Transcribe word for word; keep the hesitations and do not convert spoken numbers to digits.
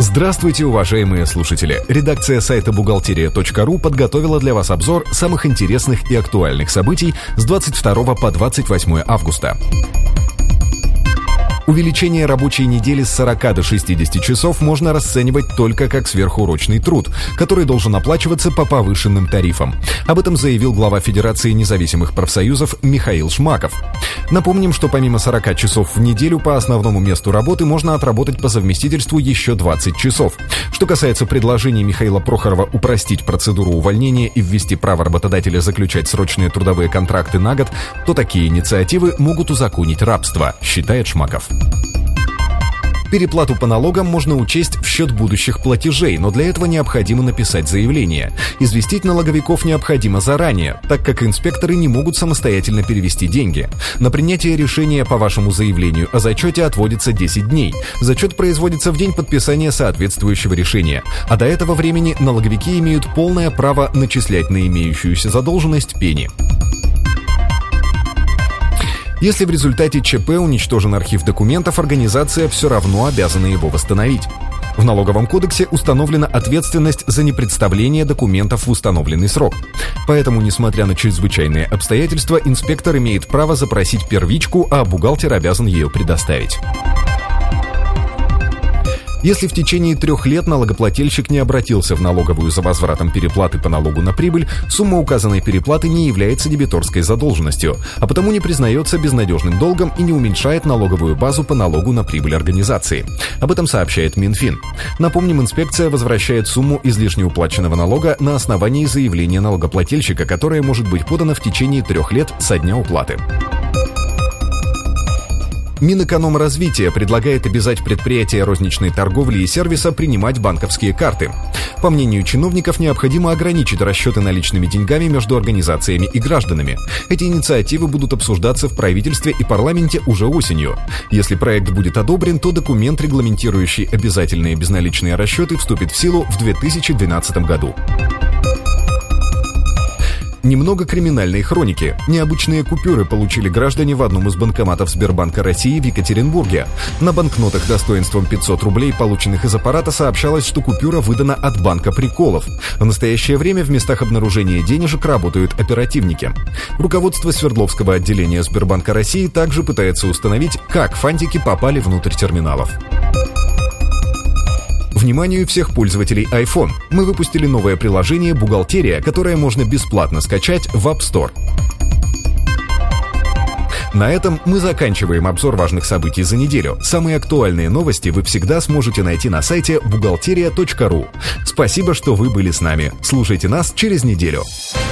Здравствуйте, уважаемые слушатели! Редакция сайта бухгалтерия точка ру подготовила для вас обзор самых интересных и актуальных событий с двадцать второго по двадцать восьмое августа. Увеличение рабочей недели с сорока до шестидесяти часов можно расценивать только как сверхурочный труд, который должен оплачиваться по повышенным тарифам. Об этом заявил глава Федерации независимых профсоюзов Михаил Шмаков. Напомним, что помимо сорока часов в неделю по основному месту работы можно отработать по совместительству еще двадцать часов. Что касается предложений Михаила Прохорова упростить процедуру увольнения и ввести право работодателя заключать срочные трудовые контракты на год, то такие инициативы могут узаконить рабство, считает Шмаков. Переплату по налогам можно учесть в счет будущих платежей, но для этого необходимо написать заявление. Известить налоговиков необходимо заранее, так как инспекторы не могут самостоятельно перевести деньги. На принятие решения по вашему заявлению о зачете отводится десять дней. Зачет производится в день подписания соответствующего решения. А до этого времени налоговики имеют полное право начислять на имеющуюся задолженность пени. Если в результате ЧП уничтожен архив документов, организация все равно обязана его восстановить. В Налоговом кодексе установлена ответственность за непредставление документов в установленный срок. Поэтому, несмотря на чрезвычайные обстоятельства, инспектор имеет право запросить первичку, а бухгалтер обязан ее предоставить. Если в течение трех лет налогоплательщик не обратился в налоговую за возвратом переплаты по налогу на прибыль, сумма указанной переплаты не является дебиторской задолженностью, а потому не признается безнадежным долгом и не уменьшает налоговую базу по налогу на прибыль организации. Об этом сообщает Минфин. Напомним, инспекция возвращает сумму излишне уплаченного налога на основании заявления налогоплательщика, которое может быть подано в течение трех лет со дня уплаты. Минэкономразвития предлагает обязать предприятия розничной торговли и сервиса принимать банковские карты. По мнению чиновников, необходимо ограничить расчеты наличными деньгами между организациями и гражданами. Эти инициативы будут обсуждаться в правительстве и парламенте уже осенью. Если проект будет одобрен, то документ, регламентирующий обязательные безналичные расчеты, вступит в силу в две тысячи двенадцатом году. Немного криминальной хроники. Необычные купюры получили граждане в одном из банкоматов Сбербанка России в Екатеринбурге. На банкнотах достоинством пятьсот рублей, полученных из аппарата, сообщалось, что купюра выдана от банка приколов. В настоящее время в местах обнаружения денежек работают оперативники. Руководство Свердловского отделения Сбербанка России также пытается установить, как фантики попали внутрь терминалов. Вниманию всех пользователей iPhone. Мы выпустили новое приложение «Бухгалтерия», которое можно бесплатно скачать в App Store. На этом мы заканчиваем обзор важных событий за неделю. Самые актуальные новости вы всегда сможете найти на сайте бухгалтерия точка ру. Спасибо, что вы были с нами. Слушайте нас через неделю.